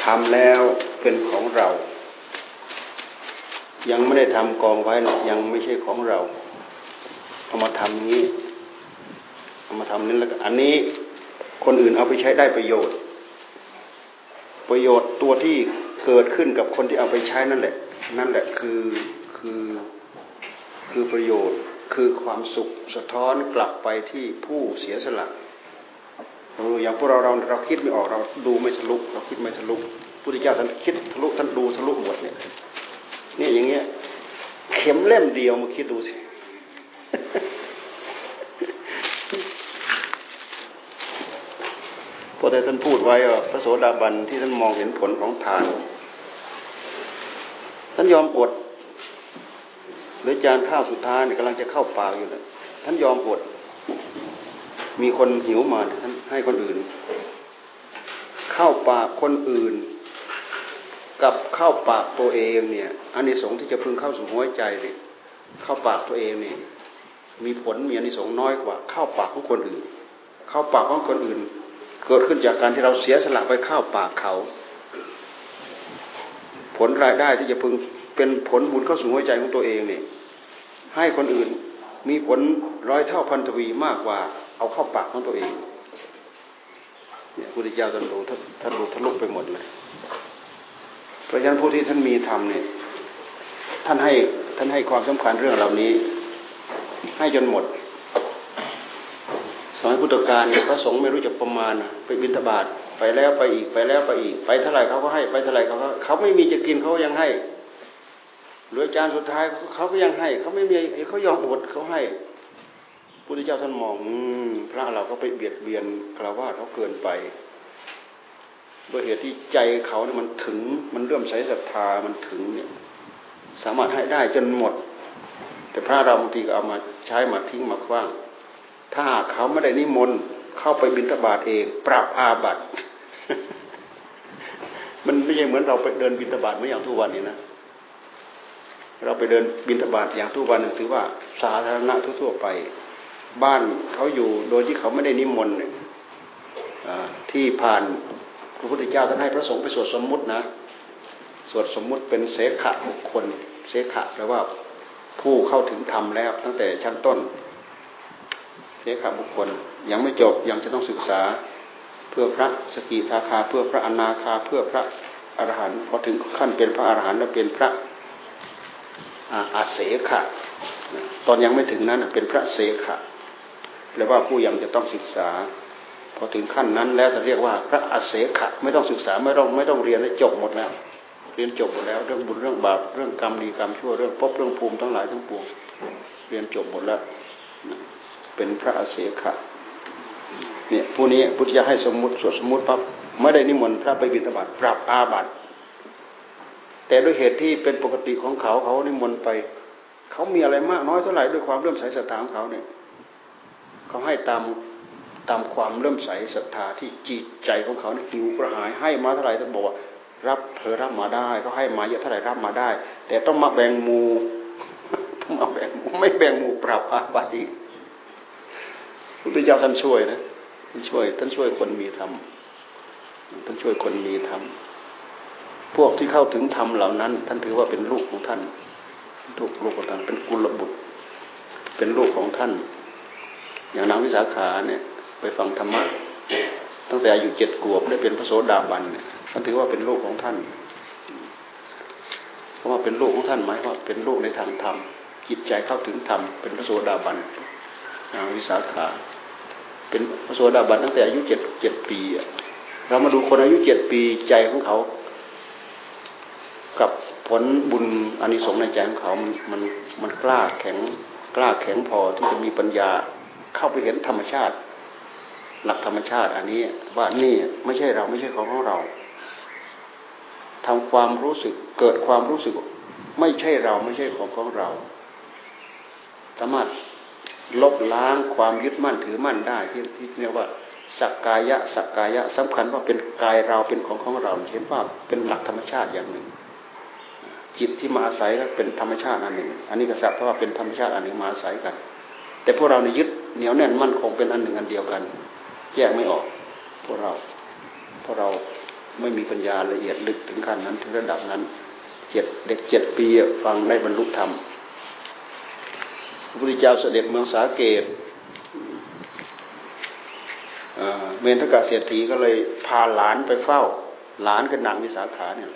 ทำแล้วเป็นของเรายังไม่ได้ทำกองไว้ยังไม่ใช่ของเราเอามาทำนี้เอามาทำนี้แล้วอันนี้คนอื่นเอาไปใช้ได้ประโยชน์ตัวที่เกิดขึ้นกับคนที่เอาไปใช้นั่นแหละคือประโยชน์คือความสุขสะท้อนกลับไปที่ผู้เสียสละอย่างพวกเราคิดไม่ออกเราดูไม่ทะลุเราคิดไม่ทะลุพุทธเจ้าท่านคิดทะลุท่านดูทะลุหมดเนี่ยอย่างเงี้ยเข็มเล่มเดียวมาคิดดูสิพอแต่ท่านพูดไว้ว่าพระโสดาบันที่ท่านมองเห็นผลของทานท่านยอมอดหรือจานข้าวสุดท้ายเนี่ยกำลังจะเข้าปากอยู่เลยท่านยอมอดมีคนหิวมาท่านให้คนอื่นเข้าปากคนอื่นกับเข้าปากตัวเองเนี่ยอานิสงส์ที่จะพึงเข้าสู่หัวใจเนี่ยเข้าปากตัวเองเนี่ยมีผลมีอานิสงส์น้อยกว่าเข้าปากของคนอื่นเข้าปากของคนอื่นเกิดขึ้นจากการที่เราเสียสละไปเข้าปากเขาผลรายได้ที่จะพึงเป็นผลบุญเข้าสู่หัวใจของตัวเองเนี่ยให้คนอื่นมีผลร้อยเท่าพันทวีมากกว่าเอาเข้าปากของตัวเองเนี่ยพุทธเจ้าท่านดูทะลุไปหมดเลยเพราะฉะนั้นผู้ที่ท่านมีธรรมเนี่ยท่านให้ความสำคัญเรื่องเหล่านี้ให้จนหมดสมัยพุทธกาลพระสงฆ์ไม่รู้จักประมาณไปบิณฑบาตไปแล้วไปอีกไปแล้วไปอีกไปเท่าไหร่เขาก็ให้ไปเท่าไหร่เขาไม่มีจะกินเขายังให้เหลือจานสุดท้ายเขาก็ยังให้เขาไม่มีเขายอมอดเขาให้พุทธเจ้าท่านมองพระเราก็ไปเบียดเบียนคฤหัสถ์เขาเกินไปโดยเหตุที่ใจเขาเนี่ยมันถึงมันเริ่มใส่ศรัทธามันถึงเนี่ยสามารถให้ได้จนหมดแต่พระเราบางทีก็เอามาใช้มาทิ้งมาขว้างถ้าเขาไม่ได้นิมนต์เข้าไปบิณฑบาตเองปรับอาบัติ มันไม่ใช่เหมือนเราไปเดินบิณฑบาตเหมือนอย่างทุกวันนี้นะเราไปเดินบิณฑบาตอย่างทุกวันนึงถือว่าสาธารณะทั่วๆไปบ้านเขาอยู่โดยที่เขาไม่ได้นิมนต์ที่ผ่านพระพุทธเจ้าท่านให้พระสงฆ์ไปสวดสมมุตินะสวดสมมุติเป็นเสขะบุคคลเสขะแปลว่าผู้เข้าถึงธรรมแล้วตั้งแต่ชั้นต้นเสขะบุคคลยังไม่จบยังจะต้องศึกษาเพื่อพระสกิทาคาเพื่อพระอนาคาเพื่อพระอรหันต์พอถึงขั้นเป็นพระอรหันต์แล้วเป็นพระอาเสขะตอนยังไม่ถึงนั้นเป็นพระเสขะแปลว่าผู้ยังจะต้องศึกษาพอถึงขั้นนั้นแล้วจะเรียกว่าพระอาเสขะไม่ต้องศึกษาไม่ต้องเรียนให้จบหมดแล้วเรียนจบหมดแล้วเรื่องบุญเรื่องบาปเรื่องกรรมดีกรรมชั่วเรื่องภพเรื่องภูมิทั้งหลายทั้งปวงเรียนจบหมดแล้วเป็นพระอาเสขะเนี่ยผู้นี้พุทธเจ้าให้สมมุติสวดสมมุติปั๊บไม่ได้นิมนต์พระไปบิณฑบาตปรับอาบัติแต่ด้วยเหตุที่เป็นปกติของเขานิมนต์ไปเขามีอะไรมากน้อยเท่าไหร่ด้วยความเลื่อมใสศรัทธาของเขาเนี่ยเขาให้ตามความเลื่อมใสศรัทธาที่จิตใจของเขาเนี่ยหิวกระหายให้มาเท่าไหร่ท่านบอกว่ารับมาได้เขาให้มาเยอะเท่าไหร่รับมาได้แต่ต้องมาแบ่งหมู่ต้องมาแบ่งไม่แบ่งหมู่ปรับอาบัติอีกพุทธเจ้าท่านช่วยนะท่านช่วยคนมีธรรมท่านช่วยคนมีธรรมพวกที่เข้าถึงธรรมเหล่านั้นท่านถือว่าเป็นลูกของท่านลูกของท่านเป็นกุลบุตรเป็นลูกของท่านอย่างนางวิสาขาเนี่ยไปฟังธรรมะตั้งแต่อายุ7 ขวบได้เป็นพระโสดาบันเนี่ยท่านถือว่าเป็นลูกของท่านเพราะว่าเป็นลูกของท่านหมายว่าเป็นลูกในทางธรรมจิตใจเข้าถึงธรรมเป็นพระโสดาบันนางวิสาขาเป็นพระโสดาบันตั้งแต่อายุ7 ปีเรามาดูคนอายุ7 ปีใจของเขากับผลบุญอานิสงส์ในใจของเขามันกล้าแข็งพอที่จะมีปัญญาเข้าไปเห็นธรรมชาติหลักธรรมชาติอันนี้ว่านี่ไม่ใช่เราไม่ใช่ของเราทำความรู้สึกเกิดความรู้สึกไม่ใช่เราไม่ใช่ของเราสามารถลบล้างความยึดมั่นถือมั่นได้ที่เรียกว่าสักกายะสำคัญว่าเป็นกายเราเป็นของเราเห็นว่าเป็นหลักธรรมชาติอย่างหนึ่งจิตที่มาอาศัยแล้วเป็นธรรมชาติอันหนึ่งอันนี้ก็สักเพราะว่าเป็นธรรมชาติอันหนึ่งมาอาศัยกันแต่พวกเราเนี่ยยึดเหนียวแน่นมั่นคงเป็นอันหนึ่งอันเดียวกันแยกไม่ออกพวกเราไม่มีปัญญาละเอียดลึกถึงขั้นนั้นถึงระดับนั้นเด็ก7 ปีฟังได้บรรลุธรรมพระพุทธเจ้าเสด็จเมืองสาเกตเมนทกะเศรษฐีก็เลยพาหลานไปเฝ้าหลานก็นางวิสาขาเนี่ย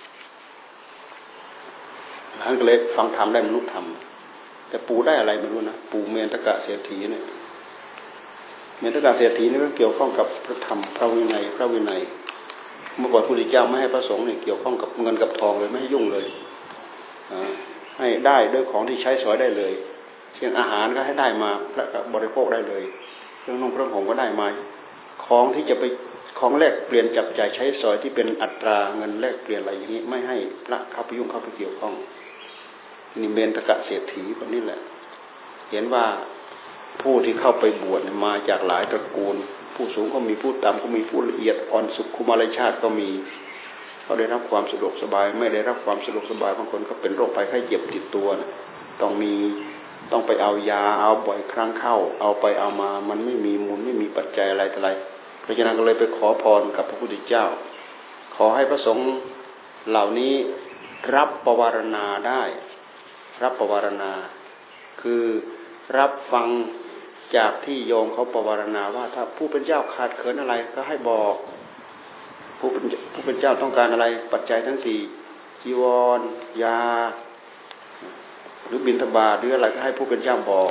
หลานก็เลยฟังธรรมได้บรรลุธรรมแต่ปู่ได้อะไรไม่รู้นะปู่เมนทกะเศรษฐีเนี่ยเมนทกะเศรษฐีนี่ก็เกี่ยวข้องกับพระธรรมพระวินัยเมื่อก่อนพระพุทธเจ้าไม่ให้พระสงฆ์เนี่ยเกี่ยวข้องกับเงินกับทองเลยไม่ให้ยุ่งเลยให้ได้ด้วยของที่ใช้สอยได้เลยเช่นอาหารก็ให้ได้มาแล้วก็บริโภคได้เลยเครื่องนุ่งเครื่องห่มก็ได้มาของที่จะไปของแลกเปลี่ยนจับจ่ายใช้สอยที่เป็นอัตราเงินแลกเปลี่ยนอะไรอย่างนี้ไม่ให้พระเข้าไปยุ่งเข้าไปเกี่ยวข้องนี่เมนทกะเศรษฐีคนนี้แหละเห็นว่าผู้ที่เข้าไปบวชมาจากหลายตระกูลผู้สูงก็มีผู้ต่ำก็มีผู้ละเอียดอ่อนสุขุมารชาติก็มีเขาได้รับความสะดวกสบายไม่ได้รับความสะดวกสบายบางคนก็เป็นโรคภัยไข้เจ็บติดตัวนะต้องไปเอายาเอาบ่อยครั้งเข้าเอาไปเอามามันไม่มีมูลไม่มีปัจจัยอะไรต่ออะไรเพราะฉะนั้นก็เลยไปขอพรกับพระพุทธเจ้าขอให้พระสงฆ์เหล่านี้รับปวารณาได้รับปวารณาคือรับฟังจากที่โยมเขาปวารณาว่าถ้าผู้เป็นเจ้าขาดเขินอะไรก็ให้บอกผู้เป็นเจ้าต้องการอะไรปัจจัยทั้งสี่จีวรยาหรือบิณฑบาตหรืออะไรก็ให้ผู้เป็นเจ้าบอก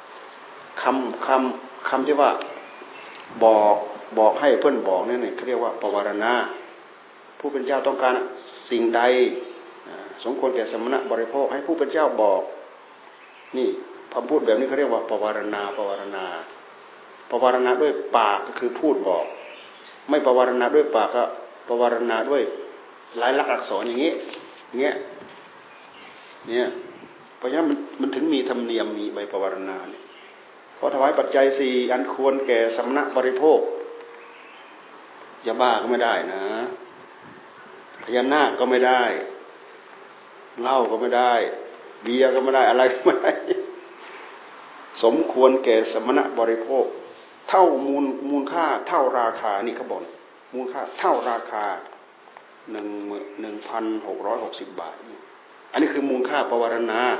คำที่ว่าบอกให้เพื่อนบอกนี่เขาเรียกว่าปวารณาผู้เป็นเจ้าต้องการสิ่งใดสมควรแก่สมณะบริโภคให้ผู้เป็นเจ้าบอกนี่คำพูดแบบนี้เขาเรียกว่าปวารณาด้วยปากก็คือพูดบอกไม่ปวารณาด้วยปากก็ปวารณาด้วยลายลักษณ์อักษรอย่างนี้เนี่ยเพราะฉะนั้นมันถึงมีธรรมเนียมมีใบปวารณาเนี่ยพอถวายปัจจัย4อันควรแก่สมณะบริโภคยาบ้าก็ไม่ได้นะพญานาคก็ไม่ได้เหล้าก็ไม่ได้เบียร์ก็ไม่ได้อะไรก็ไม่ได้สมควรแก่สมณะบริโภคเท่ามูลค่าเท่าราคานี่เขาบอกมูลค่าเท่าราคา1,660 บาทอันนี้คือมูลค่าปวารณา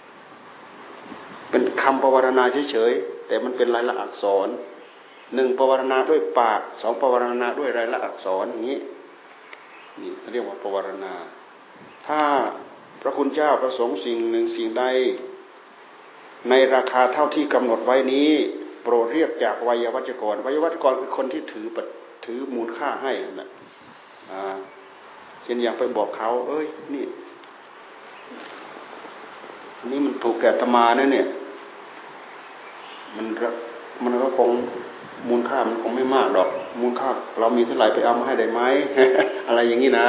เป็นคำปวารณาเฉยๆแต่มันเป็นลายลักษณ์อักษร1ปวารณาด้วยปาก2ปวารณาด้วยลายลักษณ์อักษรอย่างนี้นี่เรียกว่าปวารณาถ้าพระคุณเจ้าประสงค์สิ่งหนึ่งสิ่งใดในราคาเท่าที่กำหนดไว้นี้โปรดเรียกจากไวยวัจกรคือคนที่ถือมูลค่าให้นั่นแหละเช่นอย่างไปบอกเขานี่มันถูกแก่ตมาเนี่ยมันก็คงมูลค่ามันคงไม่มากดอกมูลค่าเรามีเท่าไหร่ไปเอามาให้ได้ไหม อะไรอย่างนี้นะ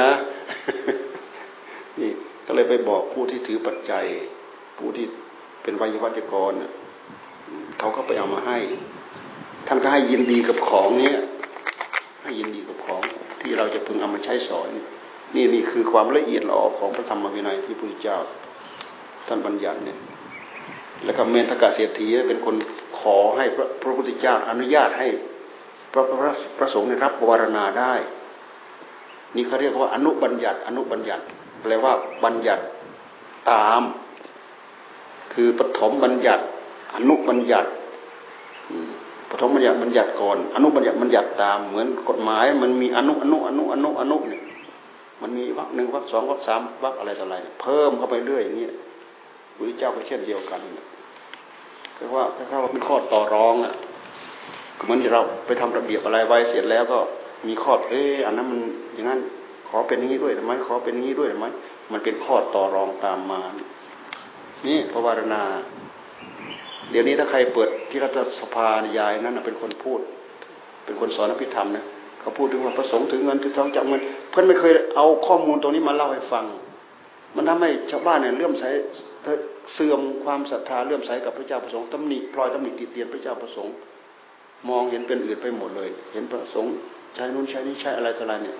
นี่ก็เลยไปบอกผู้ที่ถือปัจจัยผู้ที่เป็นไวยวัจกรเขาก็ไปเอามาให้ท่านก็ให้ยินดีกับของเนี้ยให้ยินดีกับของที่เราจะพึงเอามาใช้สอนนี่คือความละเอียดละออของพระธรรมวินัยที่พระพุทธเจ้าท่านบัญญัติเนี่ยแล้วก็เมนทกะเศรษฐีเป็นคนขอให้พระพุทธเจ้าอนุญาตให้พระสงฆ์ได้รับปวารณาได้นี่เขาเรียกว่าอนุบัญญัติแปลว่าบัญญัติตามคือปฐมบัญญัติอนุบัญญัติปฐมบัญญัติก่อนอนุบัญญัติตามเหมือนกฎหมายมันมีอนุเนี่ยมันมีวรรค1วรรค2วรรค3วรรคอะไรต่ออะไรเพิ่มเข้าไปเรื่อยอย่างนี้พระพุทธเจ้าก็เช่นเดียวกันคือว่าถ้าเป็นข้อต่อรองเหมือนที่เราไปทำระเบียบอะไรไว้เสร็จแล้วก็มีข้ออันนั้นมันอย่างนั้นขอเป็นอย่างนี้ด้วยได้ไหมขอเป็นอย่างนี้ด้วยได้ไหมมันเป็นข้อต่อรองตามมานี่ปวารณาเดี๋ยวนี้ถ้าใครเปิดที่รัฐสภานิยายนั้นเป็นคนพูดเป็นคนสอนอภิธรรมนะเขาพูดถึงว่าประสงค์ถึงเงินถึงทองจับเงินเพื่อนไม่เคยเอาข้อมูลตรงนี้มาเล่าให้ฟังมันทำให้ชาวบ้านเนี่ยเลื่อมใสเสื่อมความศรัทธาเลื่อมใสกับพระเจ้าประสงค์ตำหนิติเตียนพระเจ้าประสงค์มองเห็นเป็นอื่นไปหมดเลยเห็นประสงค์ใช้นู้นใช้นี้ใช้อะไรต่ออะไรเนี่ย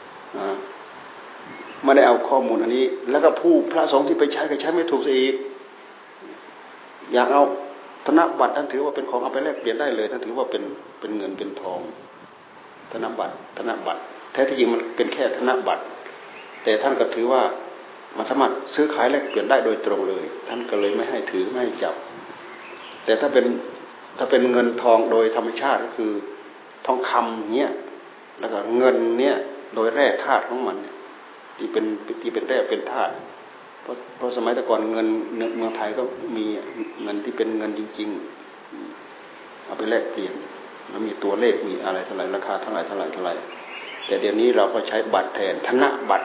ไม่ได้เอาข้อมูลอันนี้แล้วก็พระสงฆ์ที่ไปใช้ก็ใช้ไม่ถูกซะอีกอยากเอาธนบัตรท่านถือว่าเป็นของเอาไปแลกเปลี่ยนได้เลยท่านถือว่าเป็นเงินเป็นทองธนบัตรท้ที่จริงมันเป็นแค่ธนบัตรแต่ท่านก็ถือว่ามันสามารถซื้อขายแลกเปลี่ยนได้โดยตรงเลยท่านก็เลยไม่ให้ถือไม่ให้จับแต่ถ้าเป็นเงินทองโดยธรรมชาติก็คือทองคำเนี้ยแล้วก็เงินเนี้ยโดยแร่ธาตุของมันที่เป็นแร่เป็นธาตุเพราะสมัยแต่ก่อนเงินเมืองไทยก็มีเงินที่เป็นเงินจริงๆเอาไปแลกเปลี่ยนแล้วมีตัวเลขมีอะไรเท่าไหร่ราคาเท่าไหร่แต่เดี๋ยวนี้เราก็ใช้บัตรแทนธนบัตร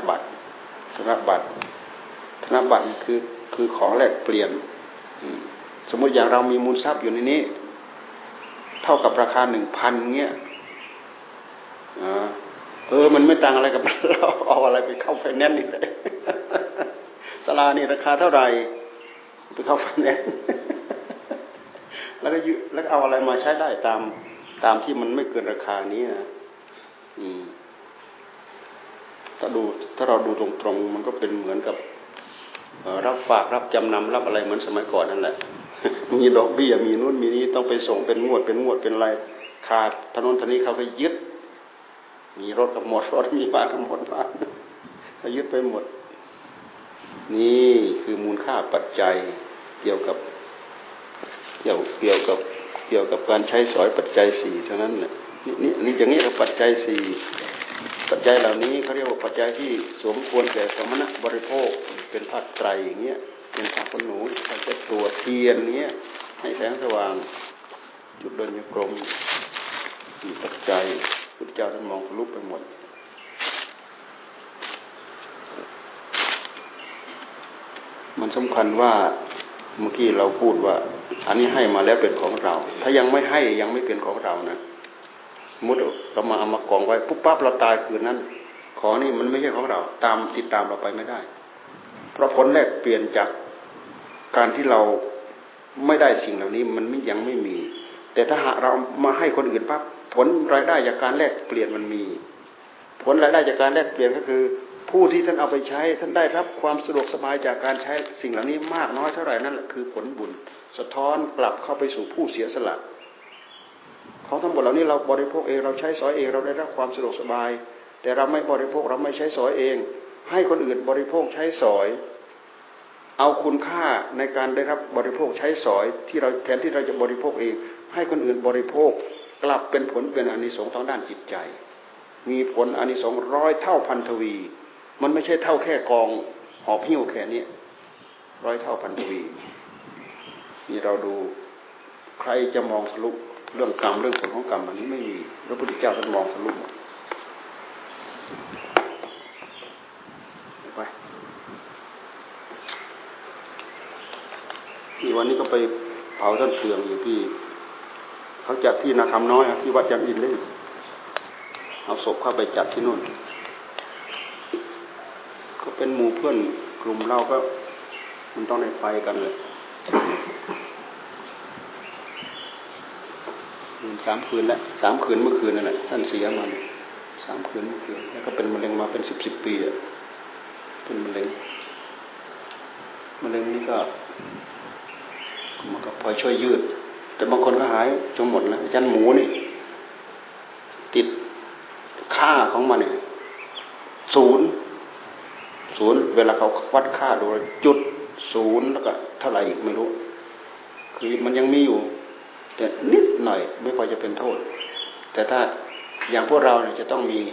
คือของแลกเปลี่ยนสมมติอย่างเรามีมูลทรัพย์อยู่ในนี้เท่ากับราคา 1,000 เงี้ยมันไม่ต่างอะไรกับเราเอาอะไรไปเข้าไฟแนนซ์นี่เลยศาลานี่ราคาเท่าไหร่ไปเข้าไฟแนนซ์แล้วก็เอาอะไรมาใช้ได้ตามที่มันไม่เกินราคานี้นะถ้าเราดูตรงๆมันก็เป็นเหมือนกับรับฝากรับจำนำรับอะไรเหมือนสมัยก่อนนั่นแหละมีดอกเบี้ยมีนู่นมีนี้ต้องไปส่งเป็นงวดเป็นอะไรขาดถนนนี้เขาก็ยึดมีรถกับหมดรถมีบ้านกับหมดบ้านเขายึดไปหมดนี่คือมูลค่าปัจจัยเกี่ยวกับการใช้สอยปัจจัย4เท่านั้นแหละนี่อย่างนี้ปัจจัย4ปัจจัยเหล่านี้เขาเรียกว่าปัจจัยที่สมควรแก่สมณะบริโภคเป็นผ้าไตรอย่างเงี้ยเป็นผ้าขนหนูผ้าเช็ดตัวเทียนเงี้ยให้แสงสว่างจุดเดินโยกลมมีปัจจัยพุทธเจ้าท่านมองทะลุไปหมดมันสำคัญว่าเมื่อกี้เราพูดว่าอันนี้ให้มาแล้วเป็นของเราถ้ายังไม่ให้ยังไม่เป็นของเรานะสมมติเรามาเอามากองไว้ปุ๊บปั๊บเราตายคืนนั้นของนี่มันไม่ใช่ของเราติดตามเราไปไม่ได้เพราะผลแลกเปลี่ยนจากการที่เราไม่ได้สิ่งเหล่านี้มันยังไม่มีแต่ถ้าหากเรามาให้คนอื่นปั๊บผลรายได้จากการแลกเปลี่ยนมันมีผลรายได้จากการแลกเปลี่ยนก็คือผู้ที่ท่านเอาไปใช้ท่านได้รับความสะดวกสบายจากการใช้สิ่งเหล่านี้มากน้อยเท่าไหร่นั่นแหละคือผลบุญสะท้อนกลับเข้าไปสู่ผู้เสียสละของทั้งหมดเหล่านี้เราบริโภคเองเราใช้สอยเองเราได้รับความสะดวกสบายแต่เราไม่บริโภคเราไม่ใช้สอยเองให้คนอื่นบริโภคใช้สอยเอาคุณค่าในการได้รับบริโภคใช้สอยที่เราแทนที่เราจะบริโภคเองให้คนอื่นบริโภคกลับเป็นผลเป็นอานิสงส์ทางด้านจิตใจมีผลอานิสงส์100 เท่าพันทวีมันไม่ใช่เท่าแค่กองหอบหิ้วแค่นี้100 เท่าพันทวีนี่เราดูใครจะมองทะลุเรื่องกรรมเรื่องผลของกรรมอันนี้ไม่มีพระพุทธเจ้าท่านมองทะลุไปที่วันนี้ก็ไปเผาต้นเฟืองอยู่ที่เขาจัดที่นาคำน้อยที่วัดจันอินเลยเอาศพเข้าไปจัดที่นู่นก็เป็นหมู่เพื่อนกลุ่มเราก็มันต้องได้ไปกันเลย3 คืนแล้ว3 คืนเมื่อคืนนั่นแหละท่านเสียมา3 คืนเมื่อคืนแล้วก็เป็นมะเร็งมาเป็น10 ปีเป็นมะเร็งนี่ก็มันก็พอช่วยยืดแต่บางคนก็หายจนหมดแล้วอาจารย์หมูนี่ติดค่าของมันเนี่ย0เวลาเขาวัดค่าดูจุด0แล้วก็เท่าไหร่อีกไม่รู้คือมันยังมีอยู่แต่นิดหน่อยไม่พอจะเป็นโทษแต่ถ้าอย่างพวกเราเนี่ยจะต้องมี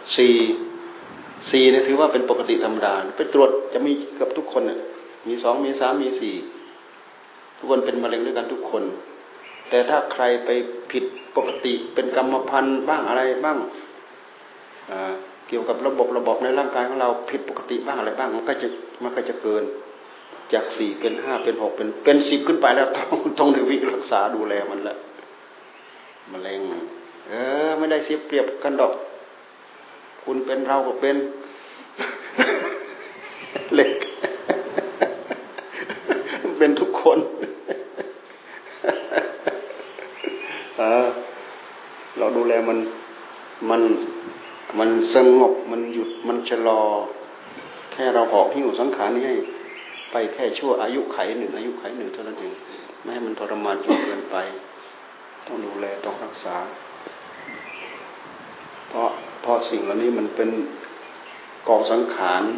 4เนี่ยถือว่าเป็นปกติธรรมดาไปตรวจจะมีเกือบทุกคนเนี่ยมี2มี3มี4ทุกคนเป็นมะเร็งด้วยกันทุกคนแต่ถ้าใครไปผิดปกติเป็นกรรมพันธุ์บ้างอะไรบ้างเกี่ยวกับระบบในร่างกายของเราผิดปกติบ้างอะไรบ้างมันก็จะเกินจาก4เป็น5เป็น6เป็น10ขึ้นไปแล้วต้องได้วิ่งรักษาดูแลมันละมะเร็งไม่ได้เสียเปรียบกันดอกคุณเป็นเราก็เป็นเล็กเป็นทุกคนเราดูแลมันสงบมันหยุดมันชะลอแค่เราหอบหิ้วสังขารนี้ให้ไปแค่ชั่วอายุไขหนึ่งเท่านั้นเองไม่ให้มันทรมานจนเกินไปต้องดูแลต้องรักษาเพราะราะสิ่งเหล่านี้มันเป็นกองสังขาร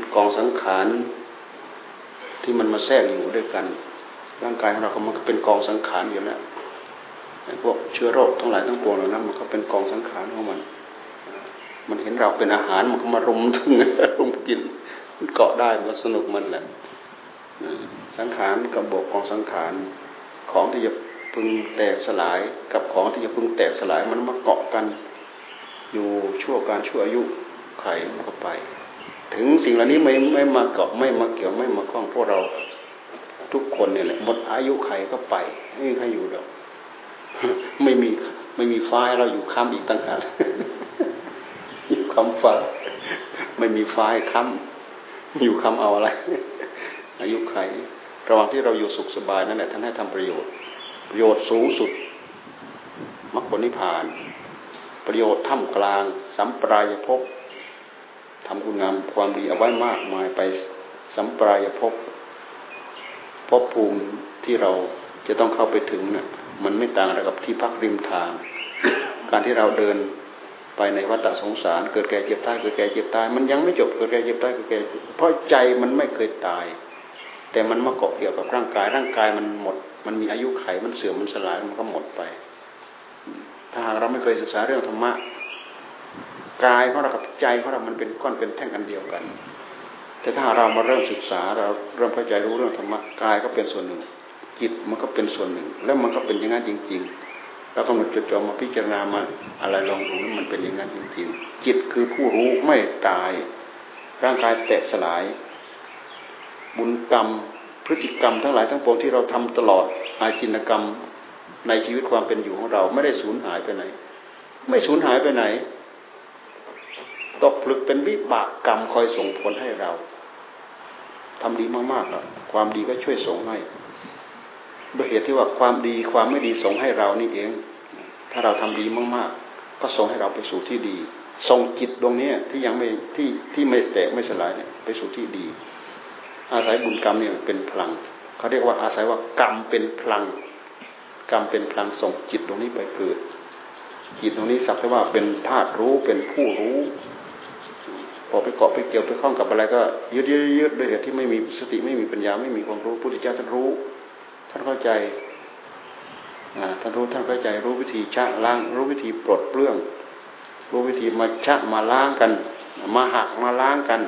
ที่มันมาแทรกอยู่ด้วยกันร่างกายของเรามันก็เป็นกองสังขารอยู่แล้วพวกเชื้อโรคทั้งหลายทั้งปวงเหล่านั้นมันก็เป็นกองสังขารของมันเห็นเราเป็นอาหารมันก็มารุมถึงรุมกินมันเกาะได้มันสนุกมันแหละสังขารกับบวกกองสังขารของที่จะพึงแตกสลายกับของที่จะพึงแตกสลายมันมาเกาะกันอยู่ชั่วการชั่วอายุไขมันก็ไปถึงสิ่งเหล่านี้ไม่มาเกาะไม่มาเกี่ยวไม่มาคล้องพวกเราทุกคนเนี่ยแหละหมดอายุไขก็ไปไม่มีใครอยู่ดอกไม่มีฟ้าให้เราอยู่ค้ำอีกต่างหากอยู่ค้ำฟ้าไม่มีฟ้าให้ค้ำอยู่ค้ำเอาอะไรอายุไขระหว่างที่เราอยู่สุขสบายนั่นแหละท่านให้ทำประโยชน์สูงสุดมรรคผลนิพพานประโยชน์ท่ามกลางสัมปรายภพทำคุณงามความดีเอาไว้มากมายไปสัมปรายภพภพภูมิที่เราจะต้องเข้าไปถึงน่ะมันไม่ต่างอะไรกับที่พักริมทางการที่เราเดินไปในวัฏสงสารเกิดแก่เจ็บตายเกิดแก่เจ็บตายมันยังไม่จบเกิดแก่เจ็บตายเกิดแก่เพราะใจมันไม่เคยตายแต่มันมาเกาะเกี่ยวกับร่างกายมันหมดมันมีอายุไขมันเสื่อมมันสลายมันก็หมดไปถ้าหากเราไม่เคยศึกษาเรื่องธรรมะกายของเรากับใจของเรามันเป็นก้อนเป็นแท่งอันเดียวกันแต่ถ้าเรามาเริ่มศึกษาเราเริ่มเข้าใจรู้เรื่องธรรมะกายก็เป็นส่วนหนึ่งจิตมันก็เป็นส่วนหนึ่งแล้วมันก็เป็นอย่างนั้นจริงๆเราก็มาจดจ่อมาพิจารณามาอะไรลองดูแล้วมันเป็นอย่างนั้นจริงๆจิตคือผู้รู้ไม่ตายร่างกายแตกสลายบุญกรรมพฤติกรรมทั้งหลายทั้งปวงที่เราทำตลอดอาชีนกรรมในชีวิตความเป็นอยู่ของเราไม่ได้สูญหายไปไหนไม่สูญหายไปไหนตกผลึกเป็นวิบากกรรมคอยส่งผลให้เราทำดีมากๆแล้วความดีก็ช่วยส่งให้ด้วยเหตุที่ว่าความดีความไม่ดีส่งให้เรานี่เองถ้าเราทำดีมากๆก็ส่งให้เราไปสู่ที่ดีส่งจิตดวงนี้ที่ยังไม่ที่ไม่แตกไม่สลายเนี่ยไปสู่ที่ดีอาศัยบุญกรรมเนี่ยเป็นพลังเขาเรียกว่าอาศัยว่ากรรมเป็นพลังกรรมเป็นพลังส่งจิตตรงนี้ไปเกิดจิตตรงนี้สักแต่ว่าเป็นธาตุรู้เป็นผู้รู้พอไปเกาะไปเกี่ยวไปคล้องกับอะไรก็ยึดด้วยเหตุที่ไม่มีสติไม่มีปัญญาไม่มีความรู้พุทธเจ้าท่านรู้ท่านเข้าใจท่านรู้ท่านเข้าใจรู้วิธีชะล้างรู้วิธีปลดเปลื้องรู้วิธีมาชะมาล้างกันมาหักมาล้างกัน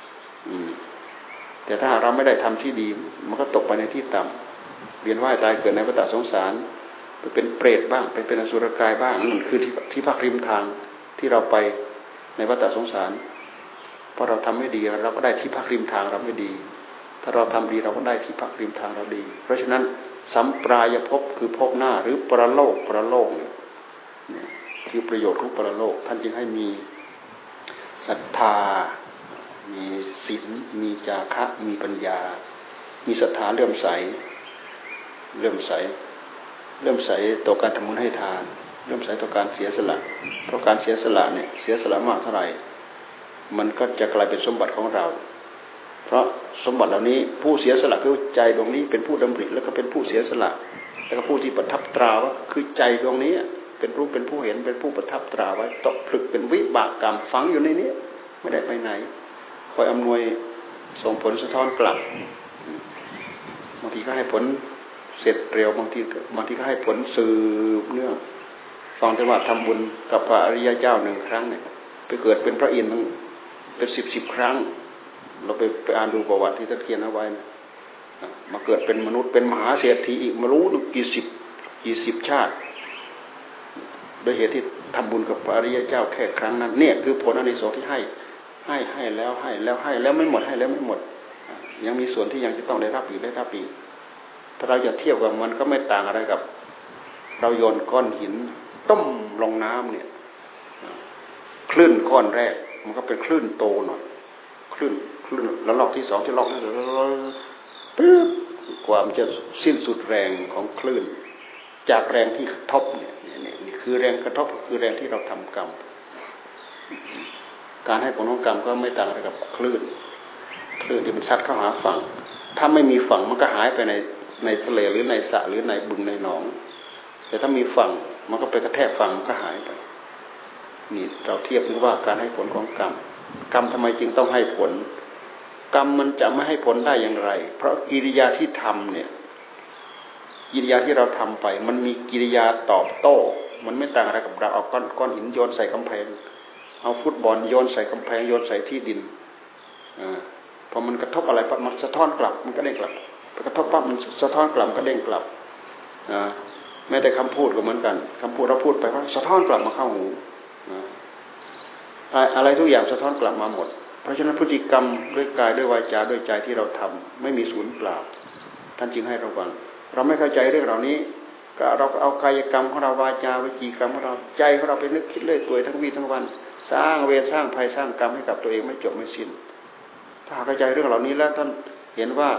แต่ถ้าเราไม่ได้ทำที่ดีมันก็ตกไปในที่ต่ำเวียนว่ายตายเกิดในวัฏสงสารไปเป็นเปรตบ้างไปเป็นอสุรกายบ้างนั่นคือที่พักริมทางที่เราไปในวัฏสงสารพอเราทำไม่ดีเราก็ได้ที่พักริมทางเราไม่ดีถ้าเราทำดีเราก็ได้ที่พักริมทางเราดีเพราะฉะนั้นสัมปรายภพคือภพหน้าหรือปรโลกเนี่ยคือประโยชน์ของปรโลกท่านจึงให้มีศรัทธามีศีลมีจาคะมีปัญญามีศรัทธาเลื่อมใสต่อการทำบุญให้ทานเลื่อมใสต่อการเสียสละเพราะการเสียสละเนี่ยเสียสละมากเท่าไหร่มันก็จะกลายเป็นสมบัติของเราเพราะสมบัติเหล่านี้ผู้เสียสละคือใจดวงนี้เป็นผู้ดำริแล้วก็เป็นผู้เสียสละแล้วก็ผู้ที่ประทับตราว่าคือใจดวงนี้เป็นรู้เป็นผู้เห็นเป็นผู้ประทับตราไว้ตกผลึกเป็นวิบากกรรมฝังอยู่ในนี้ไม่ได้ไปไหนคอยอำนวยส่งผลสะท้อนกลับบางทีก็ให้ผลเสร็จเร็วบางทีก็ให้ผลสืบเนื่องฟังแต่ว่าทำบุญกับพระอริยเจ้า1ครั้งเนี่ยไปเกิดเป็นพระอินทร์เป็น10ครั้งเราไปอ่านดูประวัติที่ท่านเขียนเอาไว้นะมาเกิดเป็นมนุษย์เป็นมหาเศรษฐีอีกมารู้กี่สิบชาติโดยเหตุที่ทำบุญกับพระอริยเจ้าแค่ครั้งนั้นเนี่ยคือผลอานิสงส์ที่ให้แล้วไม่หมดให้แล้วไม่หมดยังมีส่วนที่ยังจะต้องได้รับอีกถ้าเราจะเทียบกับมันก็ไม่ต่างอะไรกับเราโยนก้อนหินต้มลงน้ำเนี่ยคลื่นก้อนแรกมันก็เป็นคลื่นโตหน่อยคลื่นแล้วรอบที่2ที่รอบนั้นปึ๊บความจะสิ้นสุดแรงของคลื่นจากแรงที่กระทบเนี่ยนี่คือแรงกระทบคือแรงที่เราทำกรรมการให้ผลของกรรมก็ไม่ต่างอะไรกับคลื่นที่มันซัดเข้าหาฝั่งถ้าไม่มีฝั่งมันก็หายไปในทะเลหรือในสระหรือในบึงในหนองแต่ถ้ามีฝั่งมันก็ไปกระแทกฝั่งมันก็หายไปนี่เราเทียบถึงว่าการให้ผลของกรรมกรรมทำไมจึงต้องให้ผลกรรมมันจะไม่ให้ผลได้อย่างไรเพราะกิริยาที่ทำเนี่ยกิริยาที่เราทำไปมันมีกิริยาตอบโต้มันไม่ต่างอะไรกับเราเอาก้อนหินโยนใส่กำแพงเอาฟุตบอลโยนใส่กำแพงโยนใส่ที่ดินพอมันกระทบอะไรปั๊บมันสะท้อนกลับมันก็เด้งกลับกระทบปั๊บมันสะท้อนกลับก็เด้งกลับแม้แต่คำพูดก็เหมือนกันคำพูดเราพูดไปก็สะท้อนกลับมาเข้าหูอะไรทุกอย่างสะท้อนกลับมาหมดเพราะฉะนั้นพฤติกรรมด้วยกายด้วยวาจาด้วยใจที่เราทำไม่มีศูนย์เปล่าท่านจึงให้ระวังเราไม่เข้าใจเรื่องเหล่านี้ก็เราเอากายกรรมของเราวาจาวิจีกรรมของเราใจของเราไปนึกคิดเลื่อยเปื่อยทั้งวี่ทั้งวันสร้างเวรสร้างภัยสร้างกรรมให้กับตัวเองไม่จบไม่สิ้นถ้าเข้าใจเรื่องเหล่านี้แล้วท่านเห็นว่า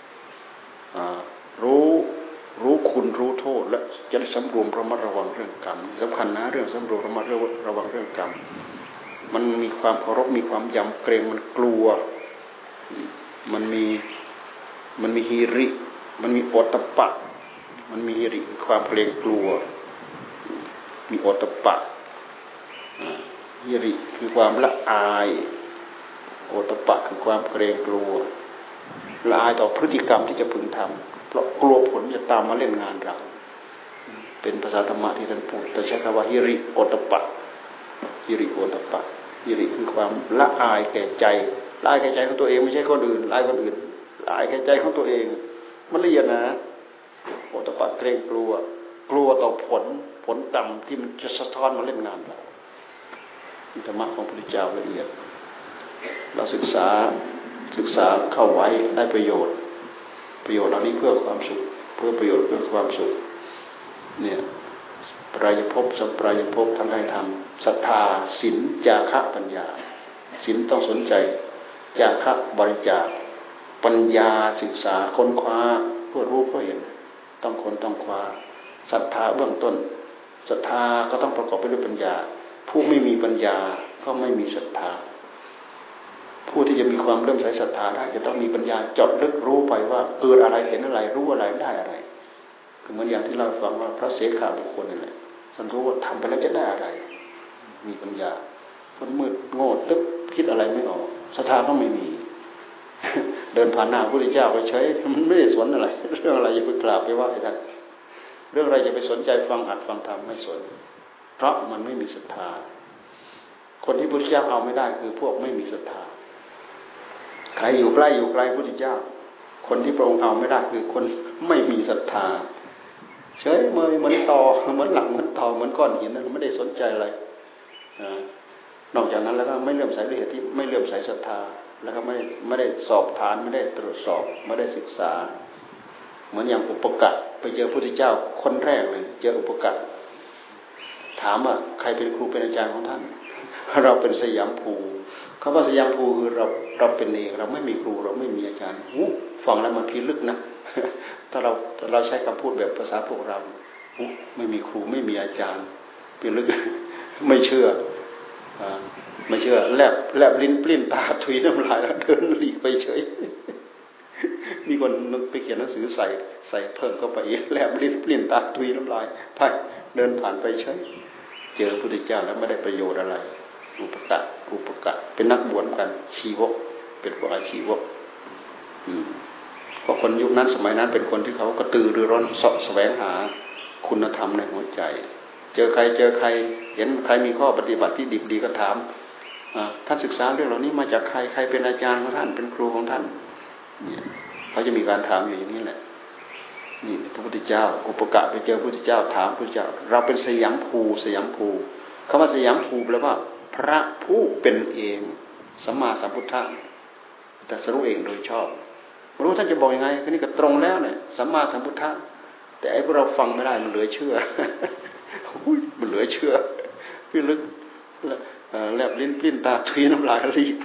รู้คุณรู้โทษและจะสำรวมระมัดระวังเรื่องกรรมสำคัญนะเรื่องสำรวมระมัดระวังเรื่องกรรมมันมีความเคารพมีความยำเกรงมันกลัวมันมีฮีริมันมีโอตตัปปะมันมีฮีริคือความเกรงกลัวมีโอตตัปปะฮีริคือความละอายโอตตัปปะคือความเกรงกลัวละอายต่อพฤติกรรมที่จะพึงทำเพราะกลัวผลจะตามมาเล่นงานเราเป็นภาษาธรรมะที่ท่านพูดแต่ใช้คำว่าฮีริโอตตัปปะฮีริโอตตัปปะฮีริคือความละอายแก่ใจละอายแก่ใจของตัวเองไม่ใช่คนอื่นละอายคนอื่นละอายแก่ใจของตัวเองมันละเอียดนะโอตตัปปะเกรงกลัวต่อผลต่ำที่มันจะสะท้อนมาเล่นงานเราธรรมะของพระพุทธเจ้าละเอียดเราศึกษาเข้าไว้ได้ประโยชน์เหล่านี้เพื่อความสุขเพื่อประโยชน์เพื่อความสุขเนี่ยปรายภพสัมปรายภพทั้งให้ทำศรัทธาศีลจาคะปัญญาศีลต้องสนใจจาคะบริจาคปัญญาศึกษาค้นคว้าเพื่อรู้เพื่อเห็นต้องค้นต้องคว้าศรัทธาเบื้องต้นศรัทธาก็ต้องประกอบไปด้วยปัญญาผู้ไม่มีปัญญาก็ไม่มีศรัทธาผู้ที่จะมีความเริ่มใส่ศรัทธาได้จะต้องมีปัญญาเจาะลึกรู้ไปว่าเกิดอะไรเห็นอะไรรู้อะไรได้อะไรคือเหมือนอย่างที่เราฟังว่าพระเสขบุคคลนี่แหละท่านรู้ว่าทำไปแล้วจะได้อะไรมีปัญญามันมืดโง่ตึ๊บคิดอะไรไม่ออกศรัทธาก็ไม่มีเดินผ่านหน้าพระพุทธเจ้าไปเฉยมันไม่ได้สนอะไรเรื่องอะไรจะไปกราบไปไหว้ท่านเรื่องอะไรจะไปสนใจฟังอัดฟังธรรมไม่สนเพราะมันไม่มีศรัทธาคนที่พระพุทธเจ้าเอาไม่ได้คือพวกไม่มีศรัทธาใครอยู่ใกล้พระพุทธเจ้าคนที่พระองค์เอาไม่ได้คือคนไม่มีศรัทธาเฉยเมยเหมือนตอเหมือนหลังเหมือนตอเหมือนก้อนหินนั้นไม่ได้สนใจอะไรนอกจากนั้นแล้วก็ไม่เลื่อมใสด้วยเหตุที่ไม่เลื่อมใสศรัทธาแล้วก็ไม่ได้สอบทานไม่ได้ตรวจสอบไม่ได้ศึกษาเหมือนอย่างอุปกะไปเจอพระพุทธเจ้าคนแรกเลยเจออุปกะถามว่าใครเป็นครูเป็นอาจารย์ของท่านเราเป็นสยามภูคำว่าสยามภูคือเราเป็นเองเราไม่มีครูเราไม่มีอาจารย์ฟังแล้วมันพิลึกนะถ้าเราใช้คำพูดแบบภาษาพวกเราไม่มีครูไม่มีอาจารย์พิลึกไม่เชื่อแลบลิ้นปลิ้นตาถุยน้ำลายแล้วเดินหลีกไปเฉยมีคนนึกไปเขียนหนังสือใส่เพิ่มเข้าไปแลบลิ้นปลิ้นตาถุยน้ำลายไปเดินผ่านไปเฉยเจอพระพุทธเจ้าแล้วไม่ได้ประโยชน์อะไรอุปกะเป็นนักบวชกันชีวกเป็นพวกอาชีวกเพราะคนยุคนั้นสมัยนั้นเป็นคนที่เขากระตือรือร้นเสาะแสวงหาคุณธรรมในหัวใจเจอใครเห็นใครมีข้อปฏิบัติที่ดีดีก็ถามท่านศึกษาเรื่องเหล่านี้มาจากใครเป็นอาจารย์ของท่านเป็นครูของท่านเนี่ยเขาจะมีการถามอยู่อย่างนี้แหละนี่พระพุทธเจ้าอุปกะไปเจอพระพุทธเจ้าถามพระพุทธเจ้าเราเป็นสยามภูคำว่าสยามภูแปลว่าพระผู้เป็นเองสัมมาสัมพุทธะแต่สรู้เองโดยชอบไม่รู้ท่านจะบอกยังไงก็นี่ก็ตรงแล้วเนี่ยสัมมาสัมพุทธะแต่ไอ้พวกเราฟังไม่ได้มันเหลือเชื่อมันเหลือเชื่อพี่ลึกแลบลิ้นปลิ้นตาทุยน้ำลายรีบ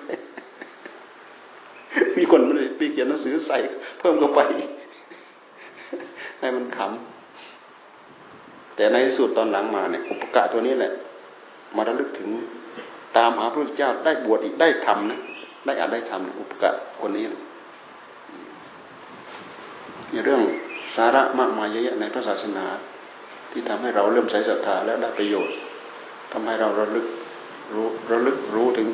มีคนไม่ได้ไปเขียนหนังสือใส่เพิ่มเข้าไปให้มันขำแต่ในที่สุดตอนหลังมาเนี่ยอุปกะตัวนี้แหละมาระลึกถึงตามหาพระพุทธเจ้าได้บวชอีกได้ทำนะได้ทำอุปกะคนนี้ในเรื่องสาระมากมายเยอะแยะในพระศาสนาที่ทำให้เราเริ่มใส่ศรัทธาและได้ประโยชน์ทำให้เราระลึกรู้ระลึกรู้ถึง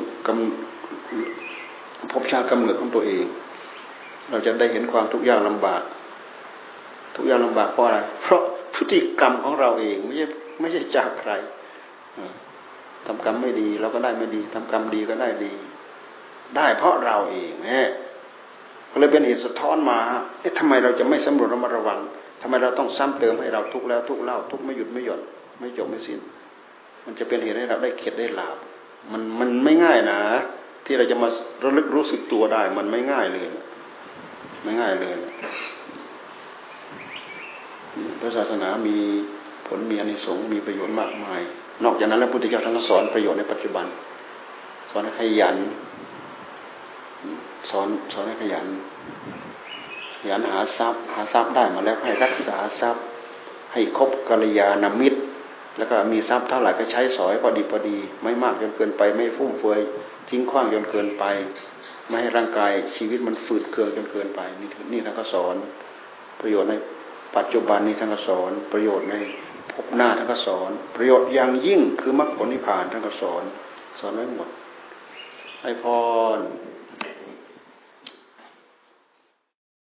ภพชาติกำเนิดของตัวเองเราจะได้เห็นความทุกข์ยากลำบากทุกข์ยากลำบากเพราะอะไรเพราะพฤติกรรมของเราเองไม่ใช่จากใครทำกรรมไม่ดีเราก็ได้ไม่ดีทำกรรมดีก็ได้ดีได้เพราะเราเองเนี่ยก็เลยเป็นเหตุสะท้อนมาทำไมเราจะไม่สำรวจระมัดระวังทำไมเราต้องซ้ำเติมให้เราทุกข์แล้วทุกข์เล่าทุกข์ไม่หยุดไม่หย่อนไม่จบไม่สิ้นมันจะเป็นเหตุให้เราได้เข็ดได้หลาบมันไม่ง่ายนะที่เราจะมาระลึกรู้สึกตัวได้มันไม่ง่ายเลยไม่ง่ายเลยพระศาสนามีผลมีอานิสงส์มีประโยชน์มากมายนอกจากนั้นแล้วพุทธเจ้าท่านสอนประโยชน์ในปัจจุบันสอนให้ขยันสอนให้ขยันหาทรัพย์ได้มาแล้วให้รักษาทรัพย์ให้คบกัลยาณมิตรแล้วก็มีทรัพย์เท่าไหร่ก็ใช้สอยพอดีไม่มากจนเกินไปไม่ฟุ่มเฟือยทิ้งขว้างจนเกินไปไม่ให้ร่างกายชีวิตมันฝืดเคืองจนเกินไปนี่ท่านก็สอนประโยชน์ในปัจจุบันนี้ท่านก็สอนประโยชน์ในภพหน้าท่านก็สอนประโยชน์อย่างยิ่งคือมรรคผลนิพพานท่านก็สอนไว้หมดให้พร